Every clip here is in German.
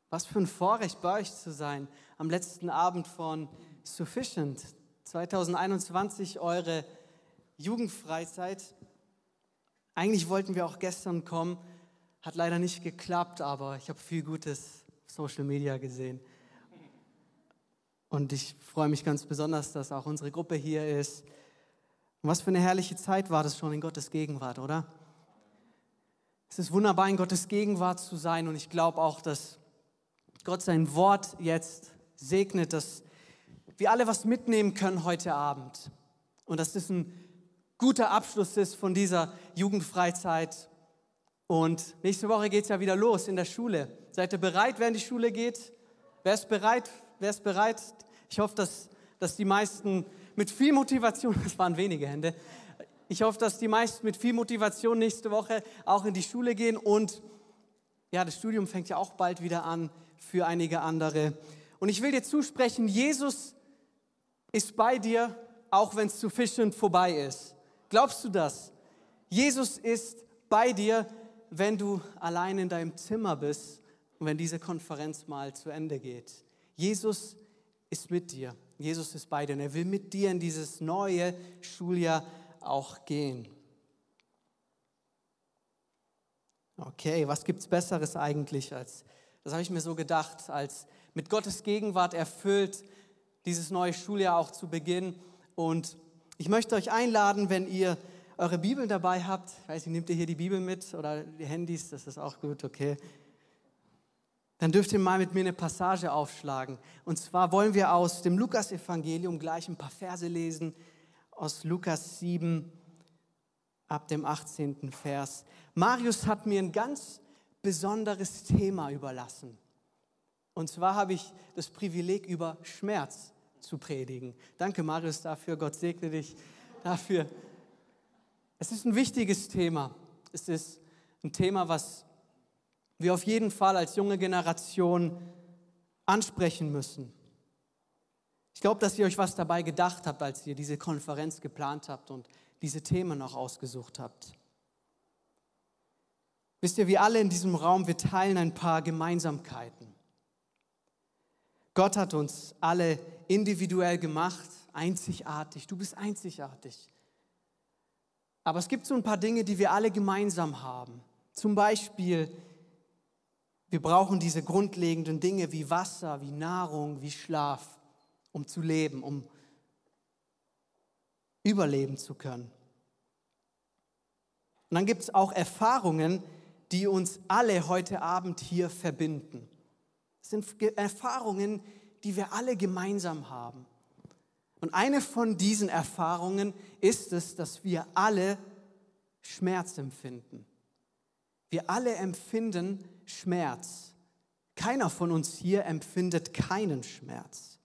Was für ein Vorrecht, bei euch zu sein, am letzten Abend von Sufficient 2021, eure Jugendfreizeit. Eigentlich wollten wir auch gestern kommen, hat leider nicht geklappt, aber ich habe viel Gutes auf Social Media gesehen. Und ich freue mich ganz besonders, dass auch unsere Gruppe hier ist. Und was für eine herrliche Zeit war das schon in Gottes Gegenwart, oder? Es ist wunderbar, in Gottes Gegenwart zu sein, und ich glaube auch, dass Gott sein Wort jetzt segnet, dass wir alle was mitnehmen können heute Abend. Und dass das ein guter Abschluss ist von dieser Jugendfreizeit. Und nächste Woche geht es ja wieder los in der Schule. Seid ihr bereit, wer in die Schule geht? Wer ist bereit? Wer ist bereit? Ich hoffe, dass die meisten mit viel Motivation, das waren wenige Hände, ich hoffe, dass die meisten mit viel Motivation nächste Woche auch in die Schule gehen. Und ja, das Studium fängt ja auch bald wieder an für einige andere. Und ich will dir zusprechen, Jesus ist bei dir, auch wenn es Sufficient vorbei ist. Glaubst du das? Jesus ist bei dir, wenn du allein in deinem Zimmer bist und wenn diese Konferenz mal zu Ende geht. Jesus ist mit dir. Jesus ist bei dir und er will mit dir in dieses neue Schuljahr auch gehen. Okay, was gibt's Besseres eigentlich als, das habe ich mir so gedacht, als mit Gottes Gegenwart erfüllt, dieses neue Schuljahr auch zu beginnen. Und ich möchte euch einladen, wenn ihr eure Bibeln dabei habt, ich weiß nicht, nehmt ihr hier die Bibel mit oder die Handys, das ist auch gut, okay. Dann dürft ihr mal mit mir eine Passage aufschlagen. Und zwar wollen wir aus dem Lukas-Evangelium gleich ein paar Verse lesen, aus Lukas 7, ab dem 18. Vers. Marius hat mir ein ganz besonderes Thema überlassen. Und zwar habe ich das Privileg, über Schmerz zu predigen. Danke, Marius, dafür. Gott segne dich dafür. Es ist ein wichtiges Thema. Es ist ein Thema, was wir auf jeden Fall als junge Generation ansprechen müssen. Ich glaube, dass ihr euch was dabei gedacht habt, als ihr diese Konferenz geplant habt und diese Themen auch ausgesucht habt. Wisst ihr, wir alle in diesem Raum, wir teilen ein paar Gemeinsamkeiten. Gott hat uns alle individuell gemacht, einzigartig. Du bist einzigartig. Aber es gibt so ein paar Dinge, die wir alle gemeinsam haben. Zum Beispiel, wir brauchen diese grundlegenden Dinge wie Wasser, wie Nahrung, wie Schlaf, um zu leben, um überleben zu können. Und dann gibt es auch Erfahrungen, die uns alle heute Abend hier verbinden. Es sind Erfahrungen, die wir alle gemeinsam haben. Und eine von diesen Erfahrungen ist es, dass wir alle Schmerz empfinden. Wir alle empfinden Schmerz. Keiner von uns hier empfindet keinen Schmerz.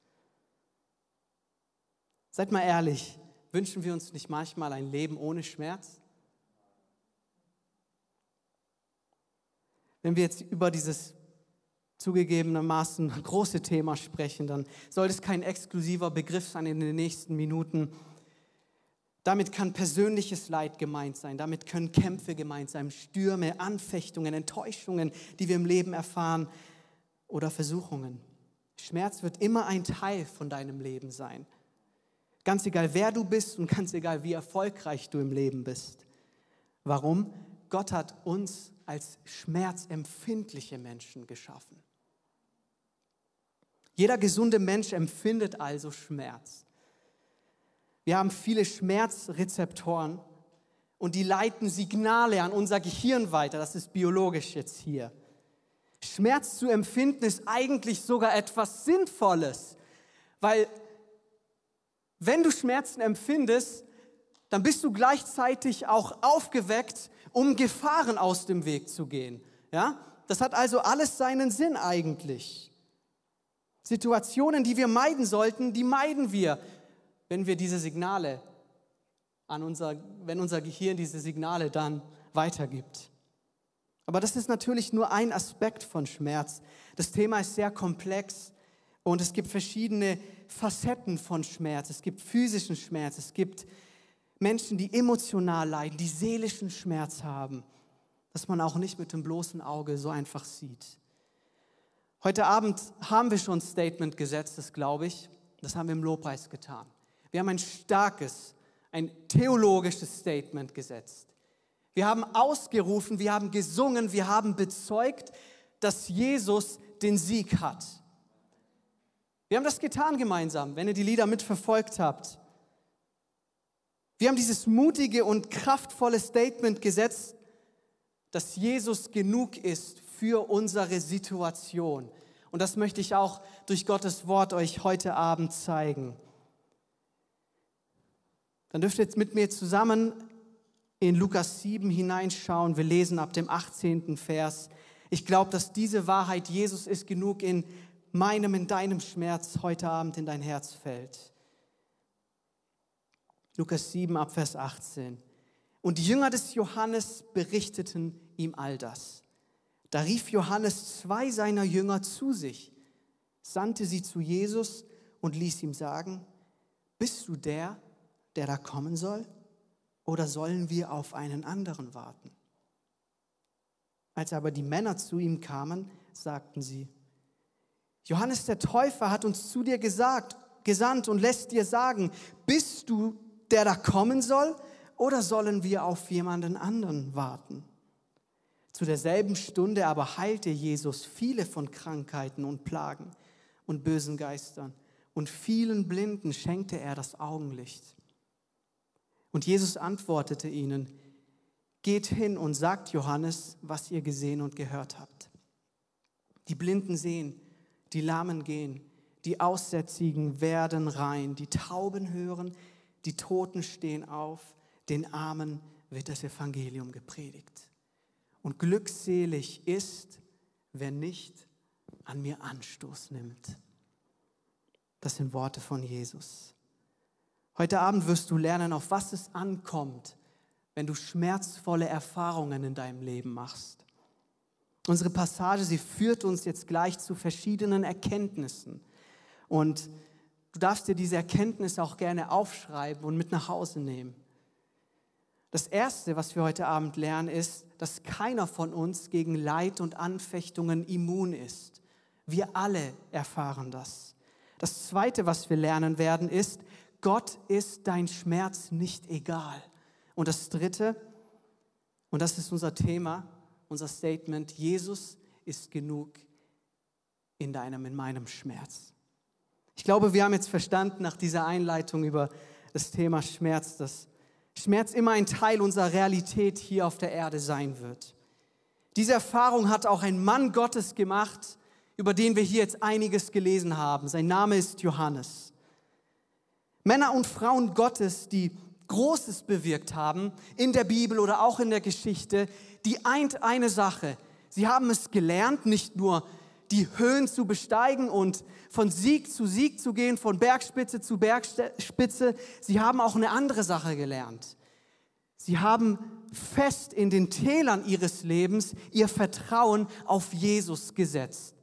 Seid mal ehrlich, wünschen wir uns nicht manchmal ein Leben ohne Schmerz? Wenn wir jetzt über dieses zugegebenermaßen große Thema sprechen, dann soll es kein exklusiver Begriff sein in den nächsten Minuten. Damit kann persönliches Leid gemeint sein, damit können Kämpfe gemeint sein, Stürme, Anfechtungen, Enttäuschungen, die wir im Leben erfahren oder Versuchungen. Schmerz wird immer ein Teil von deinem Leben sein. Ganz egal, wer du bist und ganz egal, wie erfolgreich du im Leben bist. Warum? Gott hat uns als schmerzempfindliche Menschen geschaffen. Jeder gesunde Mensch empfindet also Schmerz. Wir haben viele Schmerzrezeptoren und die leiten Signale an unser Gehirn weiter. Das ist biologisch jetzt hier. Schmerz zu empfinden ist eigentlich sogar etwas Sinnvolles, weil wenn du Schmerzen empfindest, dann bist du gleichzeitig auch aufgeweckt, um Gefahren aus dem Weg zu gehen. Ja? Das hat also alles seinen Sinn eigentlich. Situationen, die wir meiden sollten, die meiden wir, wenn wir diese Signale wenn unser Gehirn diese Signale dann weitergibt. Aber das ist natürlich nur ein Aspekt von Schmerz. Das Thema ist sehr komplex und es gibt verschiedene Facetten von Schmerz. Es gibt physischen Schmerz, es gibt Menschen, die emotional leiden, die seelischen Schmerz haben, dass man auch nicht mit dem bloßen Auge so einfach sieht. Heute Abend haben wir schon ein Statement gesetzt, das glaube ich. Das haben wir im Lobpreis getan. Wir haben ein starkes, ein theologisches Statement gesetzt. Wir haben ausgerufen, wir haben gesungen, wir haben bezeugt, dass Jesus den Sieg hat. Wir haben das getan gemeinsam, wenn ihr die Lieder mitverfolgt habt. Wir haben dieses mutige und kraftvolle Statement gesetzt, dass Jesus genug ist für unsere Situation. Und das möchte ich auch durch Gottes Wort euch heute Abend zeigen. Dann dürft ihr jetzt mit mir zusammen in Lukas 7 hineinschauen. Wir lesen ab dem 18. Vers. Ich glaube, dass diese Wahrheit, Jesus ist genug, in meinem, in deinem Schmerz heute Abend in dein Herz fällt. Lukas 7 ab Vers 18. Und die Jünger des Johannes berichteten ihm all das. Da rief Johannes 2 seiner Jünger zu sich, sandte sie zu Jesus und ließ ihm sagen, bist du der da kommen soll? Oder sollen wir auf einen anderen warten? Als aber die Männer zu ihm kamen, sagten sie, Johannes der Täufer hat uns zu dir gesandt und lässt dir sagen, bist du der da kommen soll? Oder sollen wir auf jemanden anderen warten? Zu derselben Stunde aber heilte Jesus viele von Krankheiten und Plagen und bösen Geistern. Und vielen Blinden schenkte er das Augenlicht. Und Jesus antwortete ihnen, geht hin und sagt Johannes, was ihr gesehen und gehört habt. Die Blinden sehen, die Lahmen gehen, die Aussätzigen werden rein, die Tauben hören, die Toten stehen auf, den Armen wird das Evangelium gepredigt. Und glückselig ist, wer nicht an mir Anstoß nimmt. Das sind Worte von Jesus. Heute Abend wirst du lernen, auf was es ankommt, wenn du schmerzvolle Erfahrungen in deinem Leben machst. Unsere Passage, sie führt uns jetzt gleich zu verschiedenen Erkenntnissen. Und du darfst dir diese Erkenntnisse auch gerne aufschreiben und mit nach Hause nehmen. Das Erste, was wir heute Abend lernen, ist, dass keiner von uns gegen Leid und Anfechtungen immun ist. Wir alle erfahren das. Das Zweite, was wir lernen werden, ist, Gott ist dein Schmerz nicht egal. Und das Dritte, und das ist unser Thema, unser Statement, Jesus ist genug in deinem, in meinem Schmerz. Ich glaube, wir haben jetzt verstanden nach dieser Einleitung über das Thema Schmerz, dass Schmerz immer ein Teil unserer Realität hier auf der Erde sein wird. Diese Erfahrung hat auch ein Mann Gottes gemacht, über den wir hier jetzt einiges gelesen haben. Sein Name ist Johannes. Männer und Frauen Gottes, die Großes bewirkt haben, in der Bibel oder auch in der Geschichte, die eint eine Sache. Sie haben es gelernt, nicht nur die Höhen zu besteigen und von Sieg zu gehen, von Bergspitze zu Bergspitze. Sie haben auch eine andere Sache gelernt. Sie haben fest in den Tälern ihres Lebens ihr Vertrauen auf Jesus gesetzt.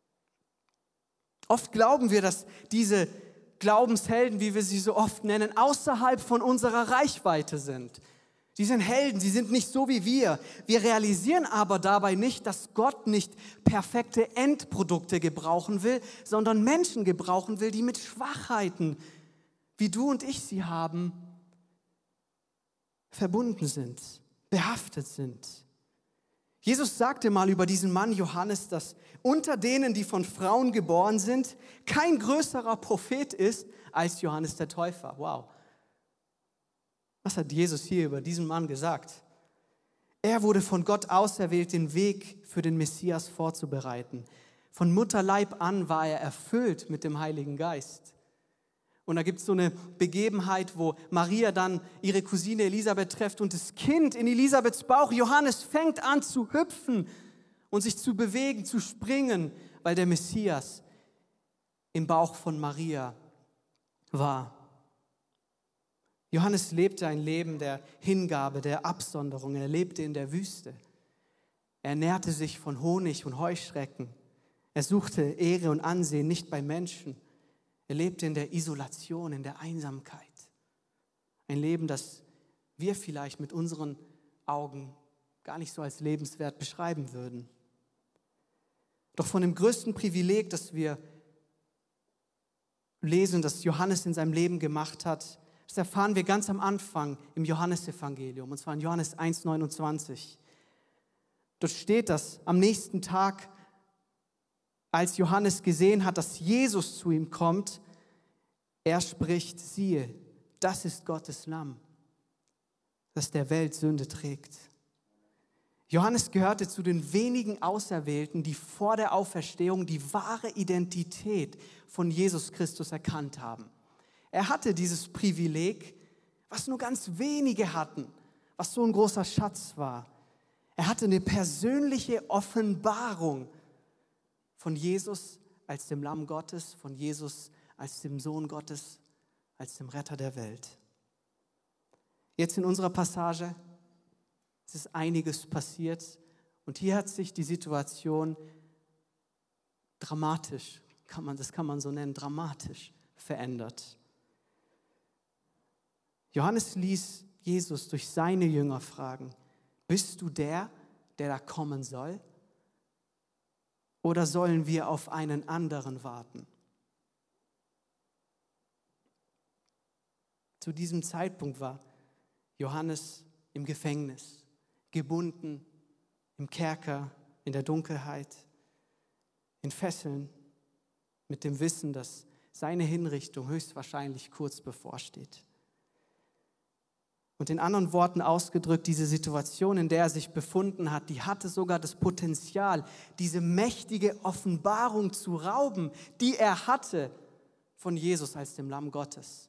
Oft glauben wir, dass diese Glaubenshelden, wie wir sie so oft nennen, außerhalb von unserer Reichweite sind. Sie sind Helden, sie sind nicht so wie wir. Wir realisieren aber dabei nicht, dass Gott nicht perfekte Endprodukte gebrauchen will, sondern Menschen gebrauchen will, die mit Schwachheiten, wie du und ich sie haben, verbunden sind, behaftet sind. Jesus sagte mal über diesen Mann Johannes, dass unter denen, die von Frauen geboren sind, kein größerer Prophet ist als Johannes der Täufer. Wow. Was hat Jesus hier über diesen Mann gesagt? Er wurde von Gott auserwählt, den Weg für den Messias vorzubereiten. Von Mutterleib an war er erfüllt mit dem Heiligen Geist. Und da gibt es so eine Begebenheit, wo Maria dann ihre Cousine Elisabeth trifft und das Kind in Elisabeths Bauch, Johannes, fängt an zu hüpfen und sich zu bewegen, zu springen, weil der Messias im Bauch von Maria war. Johannes lebte ein Leben der Hingabe, der Absonderung. Er lebte in der Wüste. Er ernährte sich von Honig und Heuschrecken. Er suchte Ehre und Ansehen nicht bei Menschen. Er lebte in der Isolation, in der Einsamkeit. Ein Leben, das wir vielleicht mit unseren Augen gar nicht so als lebenswert beschreiben würden. Doch von dem größten Privileg, das wir lesen, das Johannes in seinem Leben gemacht hat, das erfahren wir ganz am Anfang im Johannesevangelium, und zwar in Johannes 1,29. Dort steht, dass am nächsten Tag, als Johannes gesehen hat, dass Jesus zu ihm kommt, er spricht: Siehe, das ist Gottes Lamm, das der Welt Sünde trägt. Johannes gehörte zu den wenigen Auserwählten, die vor der Auferstehung die wahre Identität von Jesus Christus erkannt haben. Er hatte dieses Privileg, was nur ganz wenige hatten, was so ein großer Schatz war. Er hatte eine persönliche Offenbarung von Jesus als dem Lamm Gottes, von Jesus als dem Sohn Gottes, als dem Retter der Welt. Jetzt in unserer Passage es ist einiges passiert und hier hat sich die Situation dramatisch, das kann man so nennen, dramatisch verändert. Johannes ließ Jesus durch seine Jünger fragen: Bist du der da kommen soll? Oder sollen wir auf einen anderen warten? Zu diesem Zeitpunkt war Johannes im Gefängnis, gebunden, im Kerker, in der Dunkelheit, in Fesseln, mit dem Wissen, dass seine Hinrichtung höchstwahrscheinlich kurz bevorsteht. Und in anderen Worten ausgedrückt, diese Situation, in der er sich befunden hat, die hatte sogar das Potenzial, diese mächtige Offenbarung zu rauben, die er hatte von Jesus als dem Lamm Gottes.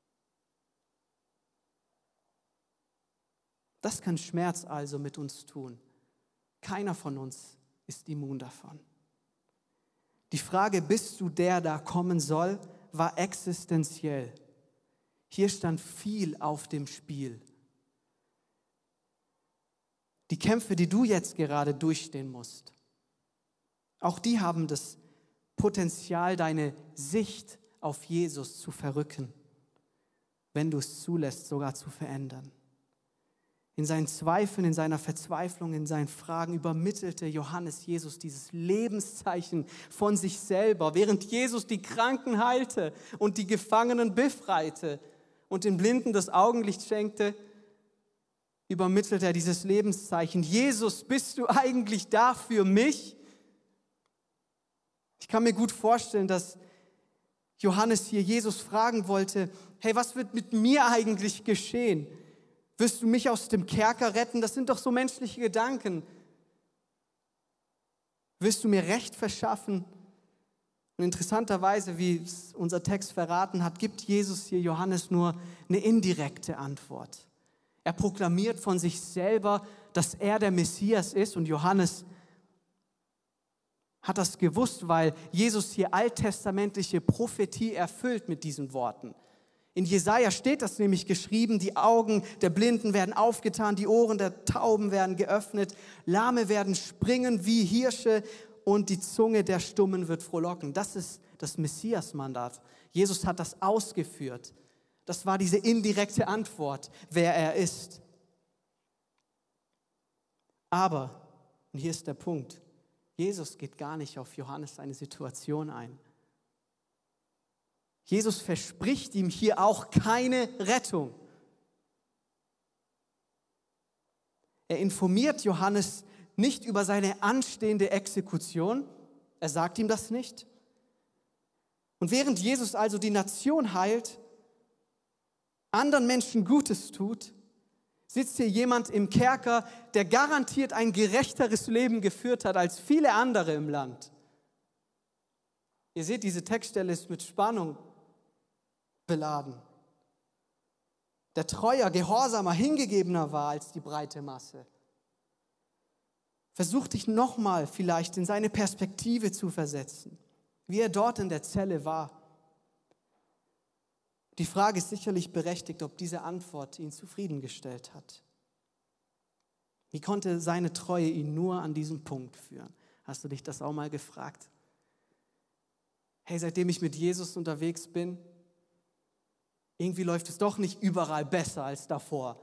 Das kann Schmerz also mit uns tun. Keiner von uns ist immun davon. Die Frage: Bist du der da kommen soll, war existenziell. Hier stand viel auf dem Spiel. Die Kämpfe, die du jetzt gerade durchstehen musst, auch die haben das Potenzial, deine Sicht auf Jesus zu verrücken, wenn du es zulässt, sogar zu verändern. In seinen Zweifeln, in seiner Verzweiflung, in seinen Fragen übermittelte Johannes Jesus dieses Lebenszeichen von sich selber. Während Jesus die Kranken heilte und die Gefangenen befreite und den Blinden das Augenlicht schenkte, übermittelte er dieses Lebenszeichen: Jesus, bist du eigentlich da für mich? Ich kann mir gut vorstellen, dass Johannes hier Jesus fragen wollte: Hey, was wird mit mir eigentlich geschehen? Wirst du mich aus dem Kerker retten? Das sind doch so menschliche Gedanken. Wirst du mir Recht verschaffen? Und interessanterweise, wie es unser Text verraten hat, gibt Jesus hier Johannes nur eine indirekte Antwort. Er proklamiert von sich selber, dass er der Messias ist, und Johannes hat das gewusst, weil Jesus hier alttestamentliche Prophetie erfüllt mit diesen Worten. In Jesaja steht das nämlich geschrieben: Die Augen der Blinden werden aufgetan, die Ohren der Tauben werden geöffnet, Lahme werden springen wie Hirsche und die Zunge der Stummen wird frohlocken. Das ist das Messias-Mandat. Jesus hat das ausgeführt. Das war diese indirekte Antwort, wer er ist. Aber, und hier ist der Punkt, Jesus geht gar nicht auf Johannes seine Situation ein. Jesus verspricht ihm hier auch keine Rettung. Er informiert Johannes nicht über seine anstehende Exekution. Er sagt ihm das nicht. Und während Jesus also die Nation heilt, anderen Menschen Gutes tut, sitzt hier jemand im Kerker, der garantiert ein gerechteres Leben geführt hat als viele andere im Land. Ihr seht, diese Textstelle ist mit Spannung beladen. Der treuer, gehorsamer, hingegebener war als die breite Masse. Versuch dich nochmal vielleicht in seine Perspektive zu versetzen, wie er dort in der Zelle war. Die Frage ist sicherlich berechtigt, ob diese Antwort ihn zufriedengestellt hat. Wie konnte seine Treue ihn nur an diesen Punkt führen? Hast du dich das auch mal gefragt? Hey, seitdem ich mit Jesus unterwegs bin, irgendwie läuft es doch nicht überall besser als davor.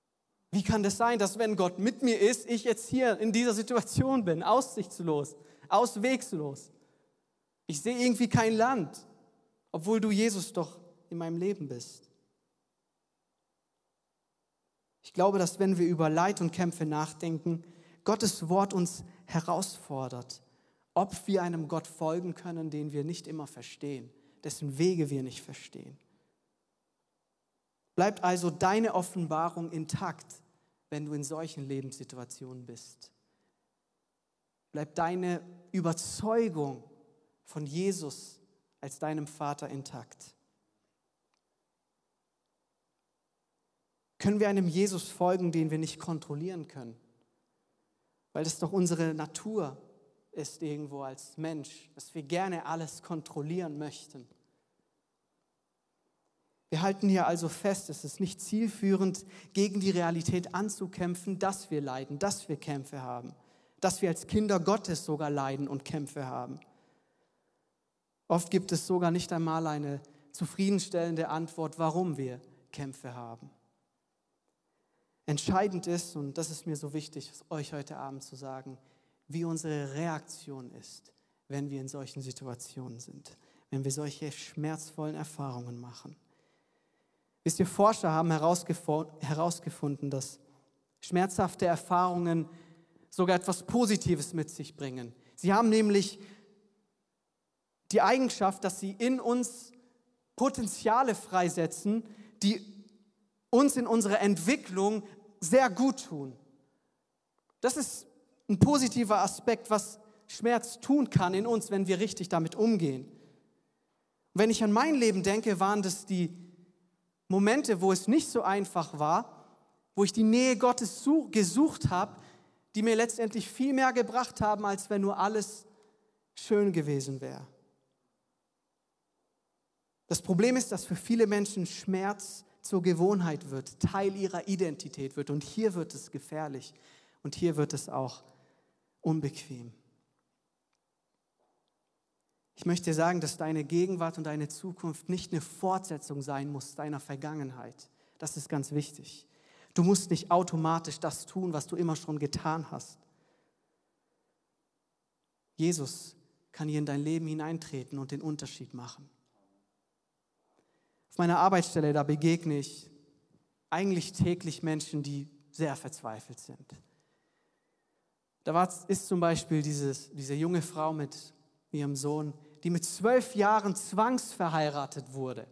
Wie kann das sein, dass wenn Gott mit mir ist, ich jetzt hier in dieser Situation bin, aussichtslos, auswegslos. Ich sehe irgendwie kein Land, obwohl du, Jesus, doch in meinem Leben bist. Ich glaube, dass wenn wir über Leid und Kämpfe nachdenken, Gottes Wort uns herausfordert, ob wir einem Gott folgen können, den wir nicht immer verstehen, dessen Wege wir nicht verstehen. Bleibt also deine Offenbarung intakt, wenn du in solchen Lebenssituationen bist. Bleibt deine Überzeugung von Jesus als deinem Vater intakt. Können wir einem Jesus folgen, den wir nicht kontrollieren können? Weil das doch unsere Natur ist irgendwo als Mensch, dass wir gerne alles kontrollieren möchten. Wir halten hier also fest, es ist nicht zielführend, gegen die Realität anzukämpfen, dass wir leiden, dass wir Kämpfe haben, dass wir als Kinder Gottes sogar leiden und Kämpfe haben. Oft gibt es sogar nicht einmal eine zufriedenstellende Antwort, warum wir Kämpfe haben. Entscheidend ist, und das ist mir so wichtig, euch heute Abend zu sagen, wie unsere Reaktion ist, wenn wir in solchen Situationen sind, wenn wir solche schmerzvollen Erfahrungen machen. Wisst ihr, Forscher haben herausgefunden, dass schmerzhafte Erfahrungen sogar etwas Positives mit sich bringen. Sie haben nämlich die Eigenschaft, dass sie in uns Potenziale freisetzen, die uns in unserer Entwicklung sehr gut tun. Das ist ein positiver Aspekt, was Schmerz tun kann in uns, wenn wir richtig damit umgehen. Und wenn ich an mein Leben denke, waren das die Momente, wo es nicht so einfach war, wo ich die Nähe Gottes gesucht habe, die mir letztendlich viel mehr gebracht haben, als wenn nur alles schön gewesen wäre. Das Problem ist, dass für viele Menschen Schmerz zur Gewohnheit wird, Teil ihrer Identität wird. Und hier wird es gefährlich und hier wird es auch unbequem. Ich möchte dir sagen, dass deine Gegenwart und deine Zukunft nicht eine Fortsetzung sein muss deiner Vergangenheit. Das ist ganz wichtig. Du musst nicht automatisch das tun, was du immer schon getan hast. Jesus kann hier in dein Leben hineintreten und den Unterschied machen. Auf meiner Arbeitsstelle, da begegne ich eigentlich täglich Menschen, die sehr verzweifelt sind. Ist zum Beispiel diese junge Frau mit ihrem Sohn, die mit 12 Jahren zwangsverheiratet wurde.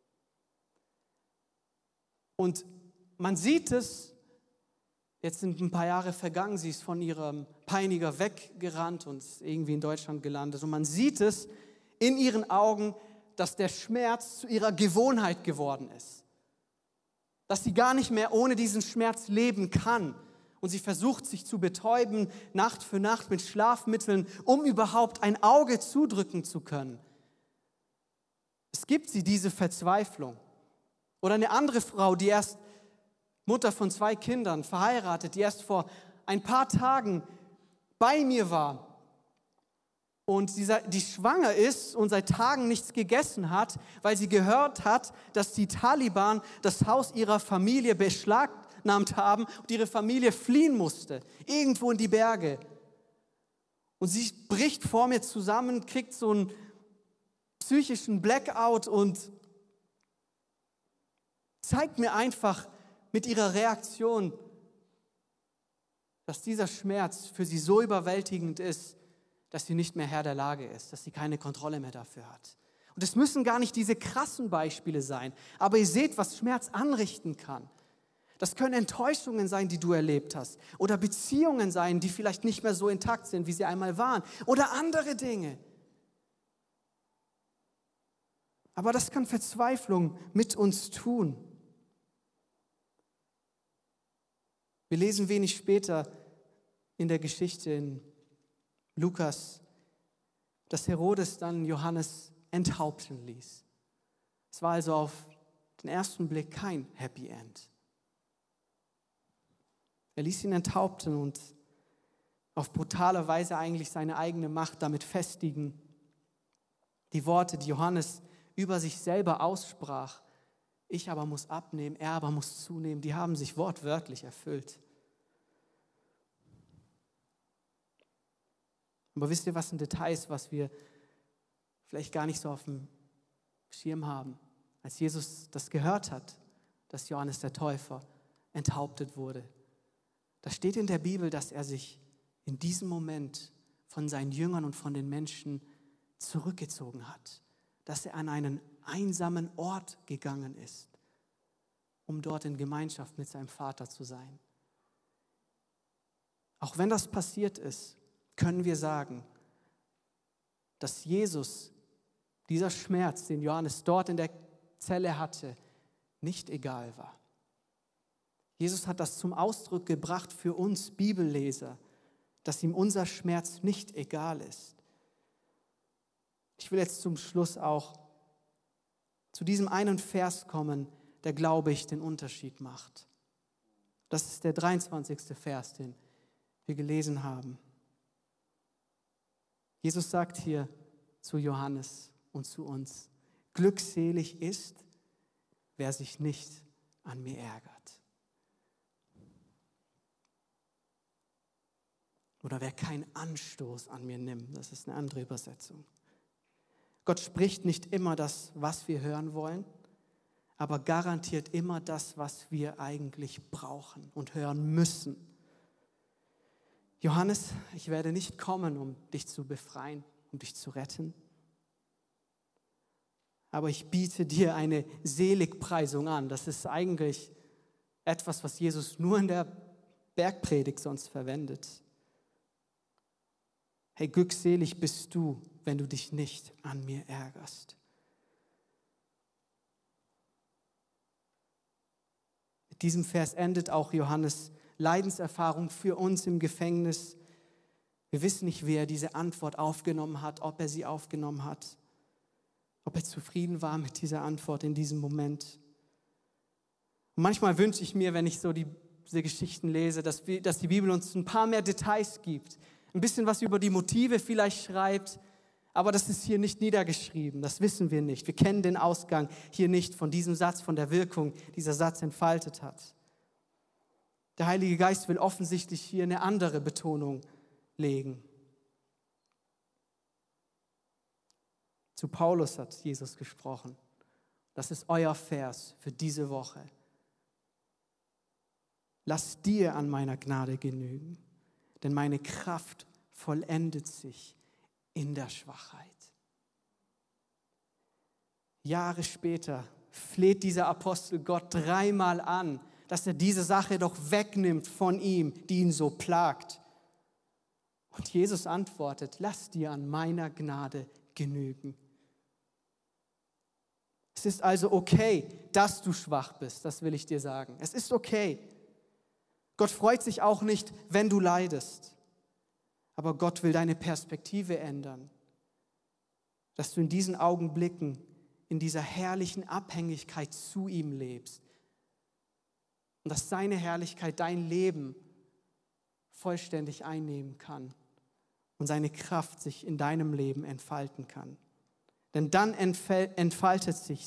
Und man sieht es, jetzt sind ein paar Jahre vergangen, sie ist von ihrem Peiniger weggerannt und ist irgendwie in Deutschland gelandet. Und man sieht es in ihren Augen, dass der Schmerz zu ihrer Gewohnheit geworden ist. Dass sie gar nicht mehr ohne diesen Schmerz leben kann. Und sie versucht, sich zu betäuben, Nacht für Nacht mit Schlafmitteln, um überhaupt ein Auge zudrücken zu können. Es gibt diese Verzweiflung. Oder eine andere Frau, die erst Mutter von 2 Kindern, verheiratet, die erst vor ein paar Tagen bei mir war und die schwanger ist und seit Tagen nichts gegessen hat, weil sie gehört hat, dass die Taliban das Haus ihrer Familie beschlagnahmt haben und ihre Familie fliehen musste, irgendwo in die Berge. Und sie bricht vor mir zusammen, kriegt so einen psychischen Blackout und zeigt mir einfach mit ihrer Reaktion, dass dieser Schmerz für sie so überwältigend ist, dass sie nicht mehr Herr der Lage ist, dass sie keine Kontrolle mehr dafür hat. Und es müssen gar nicht diese krassen Beispiele sein, aber ihr seht, was Schmerz anrichten kann. Das können Enttäuschungen sein, die du erlebt hast, oder Beziehungen sein, die vielleicht nicht mehr so intakt sind, wie sie einmal waren, oder andere Dinge. Aber das kann Verzweiflung mit uns tun. Wir lesen wenig später in der Geschichte in Lukas, dass Herodes dann Johannes enthaupten ließ. Es war also auf den ersten Blick kein Happy End. Er ließ ihn enthaupten und auf brutale Weise eigentlich seine eigene Macht damit festigen. Die Worte, die Johannes über sich selber aussprach, ich aber muss abnehmen, er aber muss zunehmen, die haben sich wortwörtlich erfüllt. Aber wisst ihr, was ein Detail ist, was wir vielleicht gar nicht so auf dem Schirm haben? Als Jesus das gehört hat, dass Johannes der Täufer enthauptet wurde, da steht in der Bibel, dass er sich in diesem Moment von seinen Jüngern und von den Menschen zurückgezogen hat, dass er an einen einsamen Ort gegangen ist, um dort in Gemeinschaft mit seinem Vater zu sein. Auch wenn das passiert ist, können wir sagen, dass Jesus, dieser Schmerz, den Johannes dort in der Zelle hatte, nicht egal war. Jesus hat das zum Ausdruck gebracht für uns Bibelleser, dass ihm unser Schmerz nicht egal ist. Ich will jetzt zum Schluss auch zu diesem einen Vers kommen, der, glaube ich, den Unterschied macht. Das ist der 23. Vers, den wir gelesen haben. Jesus sagt hier zu Johannes und zu uns: Glückselig ist, wer sich nicht an mir ärgert. Oder wer keinen Anstoß an mir nimmt. Das ist eine andere Übersetzung. Gott spricht nicht immer das, was wir hören wollen, aber garantiert immer das, was wir eigentlich brauchen und hören müssen. Johannes, ich werde nicht kommen, um dich zu befreien, um dich zu retten. Aber ich biete dir eine Seligpreisung an. Das ist eigentlich etwas, was Jesus nur in der Bergpredigt sonst verwendet. Hey, glückselig bist du, wenn du dich nicht an mir ärgerst. Mit diesem Vers endet auch Johannes' Leidenserfahrung für uns im Gefängnis. Wir wissen nicht, wer diese Antwort aufgenommen hat, ob er sie aufgenommen hat, ob er zufrieden war mit dieser Antwort in diesem Moment. Und manchmal wünsche ich mir, wenn ich so diese Geschichten lese, dass die Bibel uns ein paar mehr Details gibt, ein bisschen was über die Motive vielleicht schreibt, aber das ist hier nicht niedergeschrieben, das wissen wir nicht. Wir kennen den Ausgang hier nicht von diesem Satz, von der Wirkung, die dieser Satz entfaltet hat. Der Heilige Geist will offensichtlich hier eine andere Betonung legen. Zu Paulus hat Jesus gesprochen. Das ist euer Vers für diese Woche. Lass dir an meiner Gnade genügen, denn meine Kraft vollendet sich in der Schwachheit. Jahre später fleht dieser Apostel Gott 3-mal an, dass er diese Sache doch wegnimmt von ihm, die ihn so plagt. Und Jesus antwortet: Lass dir an meiner Gnade genügen. Es ist also okay, dass du schwach bist, das will ich dir sagen. Es ist okay. Gott freut sich auch nicht, wenn du leidest. Aber Gott will deine Perspektive ändern, dass du in diesen Augenblicken, in dieser herrlichen Abhängigkeit zu ihm lebst und dass seine Herrlichkeit dein Leben vollständig einnehmen kann und seine Kraft sich in deinem Leben entfalten kann. Denn dann entfaltet sich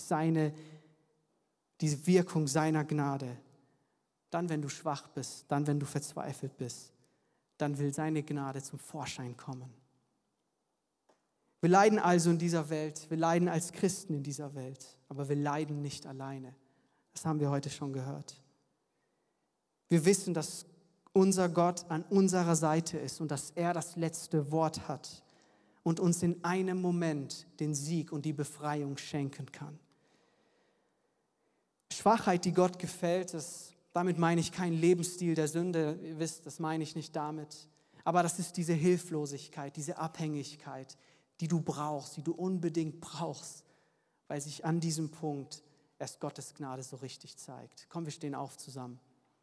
diese Wirkung seiner Gnade. Dann, wenn du schwach bist, dann, wenn du verzweifelt bist, dann will seine Gnade zum Vorschein kommen. Wir leiden also in dieser Welt, wir leiden als Christen in dieser Welt, aber wir leiden nicht alleine. Das haben wir heute schon gehört. Wir wissen, dass unser Gott an unserer Seite ist und dass er das letzte Wort hat und uns in einem Moment den Sieg und die Befreiung schenken kann. Schwachheit, die Gott gefällt, damit meine ich keinen Lebensstil der Sünde, ihr wisst, das meine ich nicht damit. Aber das ist diese Hilflosigkeit, diese Abhängigkeit, die du brauchst, die du unbedingt brauchst, weil sich an diesem Punkt erst Gottes Gnade so richtig zeigt. Komm, wir stehen auf zusammen.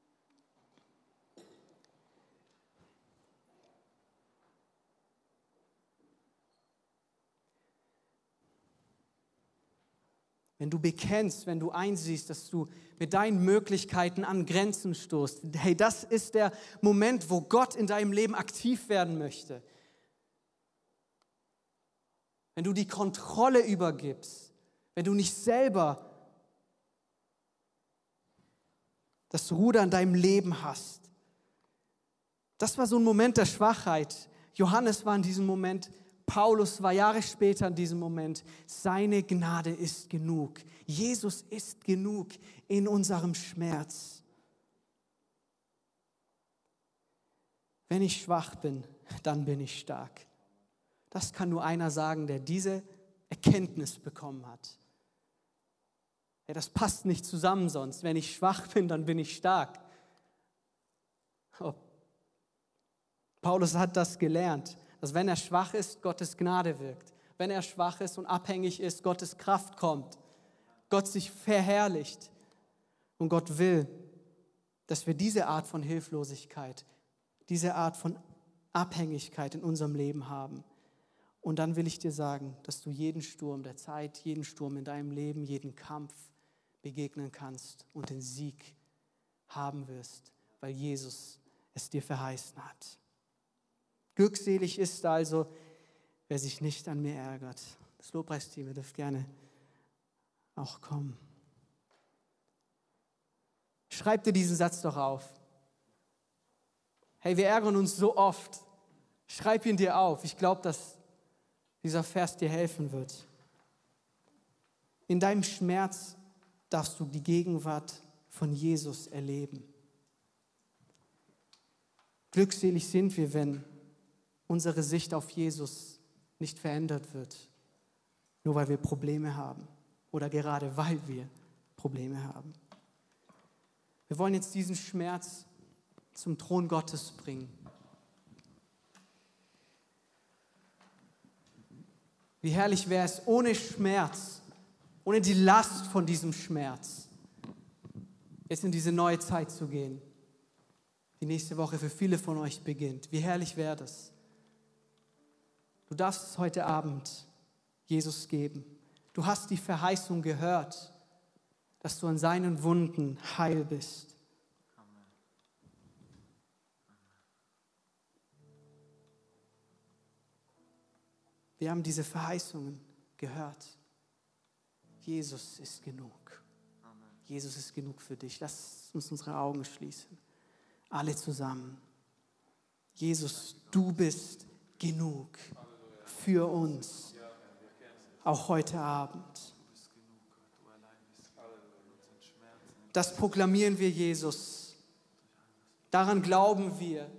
Wenn du bekennst, wenn du einsiehst, dass du mit deinen Möglichkeiten an Grenzen stoßt, hey, das ist der Moment, wo Gott in deinem Leben aktiv werden möchte. Wenn du die Kontrolle übergibst, wenn du nicht selber das Ruder in deinem Leben hast. Das war so ein Moment der Schwachheit, Johannes war in diesem Moment, Paulus war Jahre später in diesem Moment. Seine Gnade ist genug. Jesus ist genug in unserem Schmerz. Wenn ich schwach bin, dann bin ich stark. Das kann nur einer sagen, der diese Erkenntnis bekommen hat. Ja, das passt nicht zusammen sonst. Wenn ich schwach bin, dann bin ich stark. Oh. Paulus hat das gelernt, dass wenn er schwach ist, Gottes Gnade wirkt. Wenn er schwach ist und abhängig ist, Gottes Kraft kommt. Gott sich verherrlicht. Und Gott will, dass wir diese Art von Hilflosigkeit, diese Art von Abhängigkeit in unserem Leben haben. Und dann will ich dir sagen, dass du jeden Sturm der Zeit, jeden Sturm in deinem Leben, jeden Kampf begegnen kannst und den Sieg haben wirst, weil Jesus es dir verheißen hat. Glückselig ist also, wer sich nicht an mir ärgert. Das Lobpreisteam, ihr dürft gerne auch kommen. Schreib dir diesen Satz doch auf. Hey, wir ärgern uns so oft. Schreib ihn dir auf. Ich glaube, dass dieser Vers dir helfen wird. In deinem Schmerz darfst du die Gegenwart von Jesus erleben. Glückselig sind wir, wenn unsere Sicht auf Jesus nicht verändert wird, nur weil wir Probleme haben oder gerade weil wir Probleme haben. Wir wollen jetzt diesen Schmerz zum Thron Gottes bringen. Wie herrlich wäre es, ohne Schmerz, ohne die Last von diesem Schmerz, jetzt in diese neue Zeit zu gehen, die nächste Woche für viele von euch beginnt. Wie herrlich wäre das? Du darfst es heute Abend Jesus geben. Du hast die Verheißung gehört, dass du an seinen Wunden heil bist. Wir haben diese Verheißungen gehört. Jesus ist genug. Jesus ist genug für dich. Lass uns unsere Augen schließen. Alle zusammen. Jesus, du bist genug für uns. Auch heute Abend. Das proklamieren wir, Jesus. Daran glauben wir.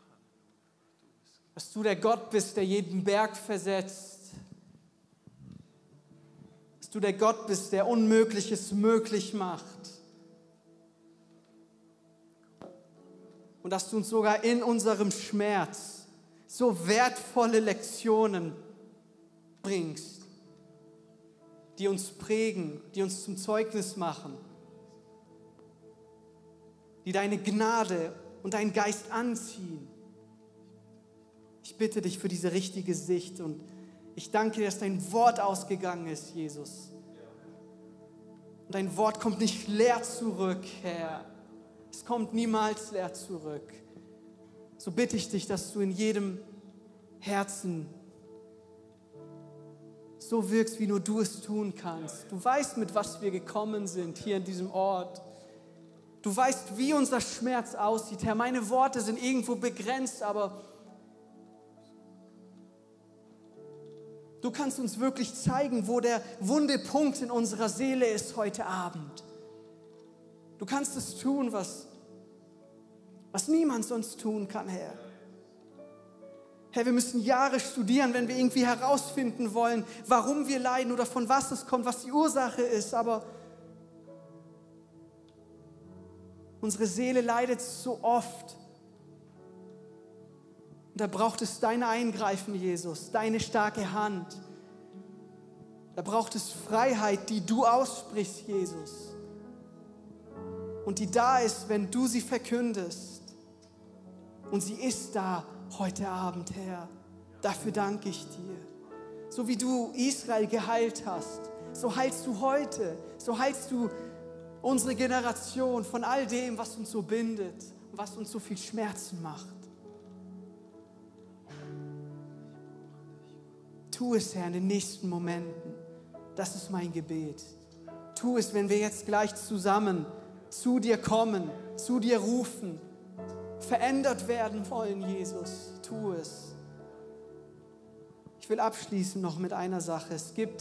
Dass du der Gott bist, der jeden Berg versetzt. Dass du der Gott bist, der Unmögliches möglich macht. Und dass du uns sogar in unserem Schmerz so wertvolle Lektionen bringst, die uns prägen, die uns zum Zeugnis machen, die deine Gnade und deinen Geist anziehen. Ich bitte dich für diese richtige Sicht und ich danke dir, dass dein Wort ausgegangen ist, Jesus. Und dein Wort kommt nicht leer zurück, Herr. Es kommt niemals leer zurück. So bitte ich dich, dass du in jedem Herzen so wirkst, wie nur du es tun kannst. Du weißt, mit was wir gekommen sind hier in diesem Ort. Du weißt, wie unser Schmerz aussieht, Herr. Meine Worte sind irgendwo begrenzt, aber du kannst uns wirklich zeigen, wo der wunde Punkt in unserer Seele ist heute Abend. Du kannst es tun, was niemand sonst tun kann, Herr. Herr, wir müssen Jahre studieren, wenn wir irgendwie herausfinden wollen, warum wir leiden oder von was es kommt, was die Ursache ist. Aber unsere Seele leidet so oft. Und da braucht es dein Eingreifen, Jesus, deine starke Hand. Da braucht es Freiheit, die du aussprichst, Jesus. Und die da ist, wenn du sie verkündest. Und sie ist da heute Abend, Herr. Dafür danke ich dir. So wie du Israel geheilt hast, so heilst du heute, so heilst du unsere Generation von all dem, was uns so bindet und was uns so viel Schmerzen macht. Tu es, Herr, in den nächsten Momenten. Das ist mein Gebet. Tu es, wenn wir jetzt gleich zusammen zu dir kommen, zu dir rufen, verändert werden wollen, Jesus. Tu es. Ich will abschließen noch mit einer Sache.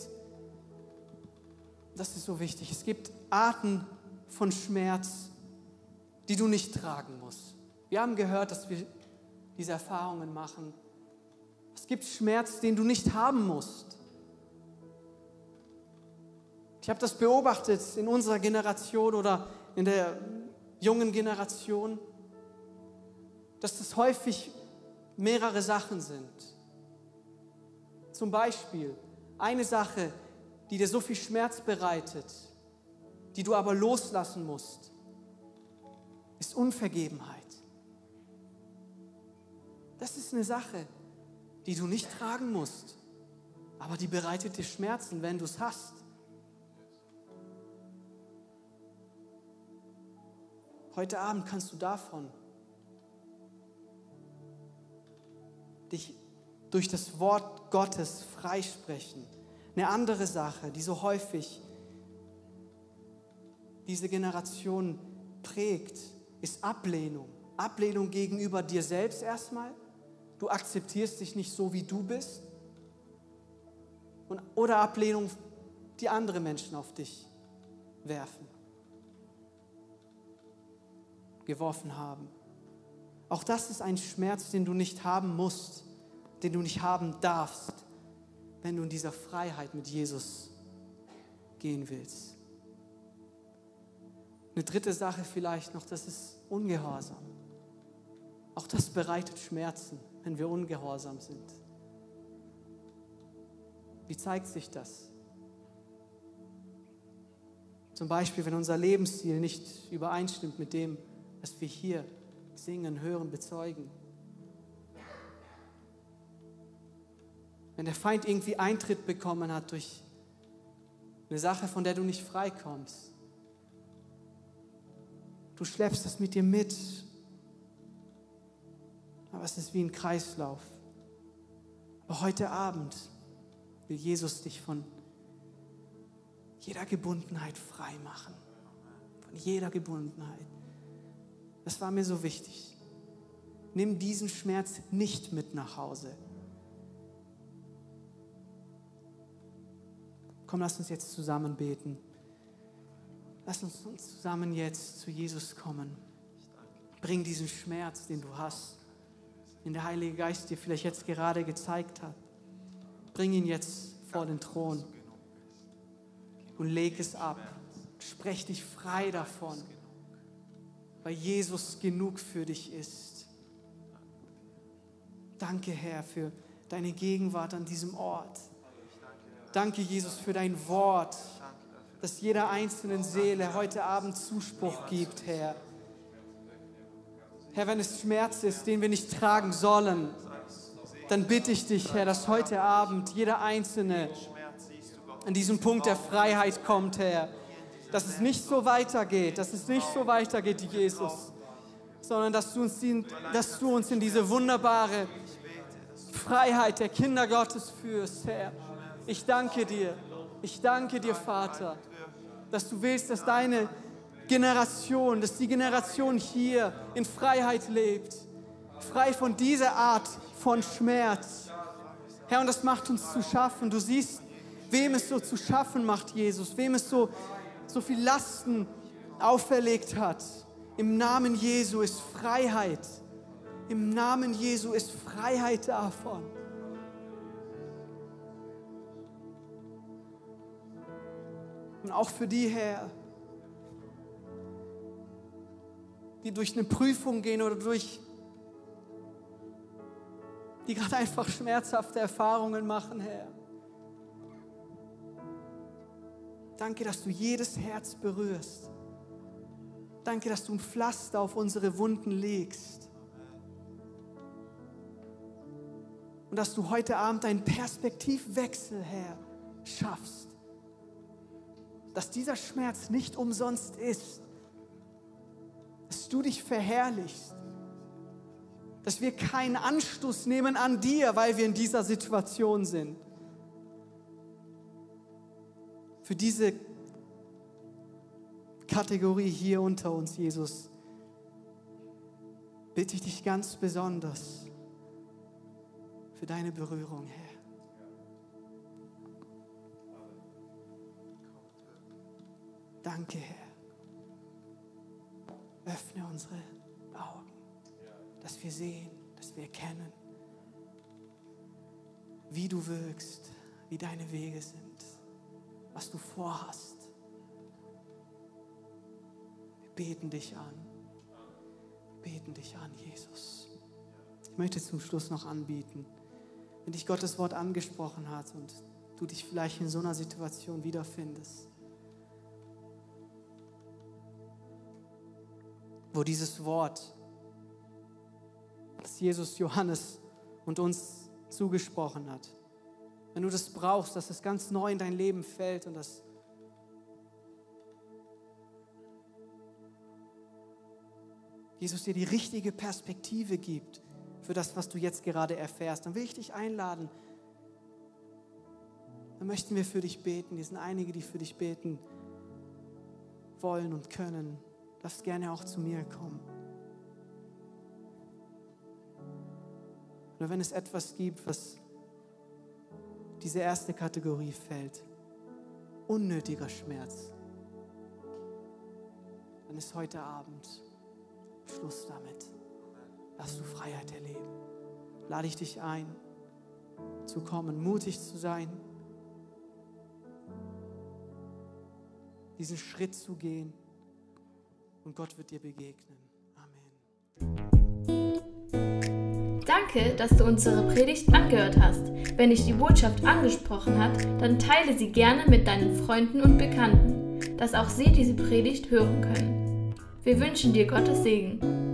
Das ist so wichtig, es gibt Arten von Schmerz, die du nicht tragen musst. Wir haben gehört, dass wir diese Erfahrungen machen. Es gibt Schmerz, den du nicht haben musst. Ich habe das beobachtet in unserer Generation oder in der jungen Generation, dass das häufig mehrere Sachen sind. Zum Beispiel eine Sache, die dir so viel Schmerz bereitet, die du aber loslassen musst, ist Unvergebenheit. Das ist eine Sache, die du nicht tragen musst, aber die bereitet dir Schmerzen, wenn du es hast. Heute Abend kannst du davon dich durch das Wort Gottes freisprechen. Eine andere Sache, die so häufig diese Generation prägt, ist Ablehnung. Ablehnung gegenüber dir selbst erstmal. Du akzeptierst dich nicht so, wie du bist. Oder Ablehnung, die andere Menschen auf dich geworfen haben. Auch das ist ein Schmerz, den du nicht haben musst, den du nicht haben darfst, wenn du in dieser Freiheit mit Jesus gehen willst. Eine dritte Sache vielleicht noch, das ist Ungehorsam. Auch das bereitet Schmerzen, wenn wir ungehorsam sind. Wie zeigt sich das? Zum Beispiel, wenn unser Lebensstil nicht übereinstimmt mit dem, was wir hier singen, hören, bezeugen. Wenn der Feind irgendwie Eintritt bekommen hat durch eine Sache, von der du nicht freikommst. Du schleppst das mit dir mit. Aber es ist wie ein Kreislauf. Aber heute Abend will Jesus dich von jeder Gebundenheit frei machen. Von jeder Gebundenheit. Das war mir so wichtig. Nimm diesen Schmerz nicht mit nach Hause. Komm, lass uns jetzt zusammen beten. Lass uns zusammen jetzt zu Jesus kommen. Bring diesen Schmerz, den du hast, den der Heilige Geist dir vielleicht jetzt gerade gezeigt hat. Bring ihn jetzt vor den Thron und leg es ab. Sprech dich frei davon, weil Jesus genug für dich ist. Danke, Herr, für deine Gegenwart an diesem Ort. Danke, Jesus, für dein Wort, das jeder einzelnen Seele heute Abend Zuspruch gibt, Herr. Herr, wenn es Schmerz ist, den wir nicht tragen sollen, dann bitte ich dich, Herr, dass heute Abend jeder Einzelne an diesen Punkt der Freiheit kommt, Herr. Dass es nicht so weitergeht, Jesus, sondern dass du uns in diese wunderbare Freiheit der Kinder Gottes führst, Herr. Ich danke dir, Vater, dass du willst, dass die Generation hier in Freiheit lebt, frei von dieser Art von Schmerz. Herr, und das macht uns zu schaffen. Du siehst, wem es so zu schaffen macht, Jesus, wem es so viel Lasten auferlegt hat. Im Namen Jesu ist Freiheit. Im Namen Jesu ist Freiheit davon. Und auch für die, Herr, die durch eine Prüfung gehen oder die gerade einfach schmerzhafte Erfahrungen machen, Herr. Danke, dass du jedes Herz berührst. Danke, dass du ein Pflaster auf unsere Wunden legst. Und dass du heute Abend einen Perspektivwechsel, Herr, schaffst. Dass dieser Schmerz nicht umsonst ist. Dass du dich verherrlichst. Dass wir keinen Anstoß nehmen an dir, weil wir in dieser Situation sind. Für diese Kategorie hier unter uns, Jesus, bitte ich dich ganz besonders für deine Berührung, Herr. Danke, Herr. Öffne unsere Augen, dass wir sehen, dass wir erkennen, wie du wirkst, wie deine Wege sind, was du vorhast. Wir beten dich an. Wir beten dich an, Jesus. Ich möchte zum Schluss noch anbieten, wenn dich Gottes Wort angesprochen hat und du dich vielleicht in so einer Situation wiederfindest, wo dieses Wort, das Jesus, Johannes und uns zugesprochen hat, wenn du das brauchst, dass es ganz neu in dein Leben fällt und dass Jesus dir die richtige Perspektive gibt für das, was du jetzt gerade erfährst, dann will ich dich einladen. Dann möchten wir für dich beten. Hier sind einige, die für dich beten wollen und können. Du darfst gerne auch zu mir kommen. Oder wenn es etwas gibt, was diese erste Kategorie fällt, unnötiger Schmerz, dann ist heute Abend Schluss damit. Lass du Freiheit erleben. Lade ich dich ein, zu kommen, mutig zu sein, diesen Schritt zu gehen und Gott wird dir begegnen. Amen. Danke, dass du unsere Predigt angehört hast. Wenn dich die Botschaft angesprochen hat, dann teile sie gerne mit deinen Freunden und Bekannten, dass auch sie diese Predigt hören können. Wir wünschen dir Gottes Segen.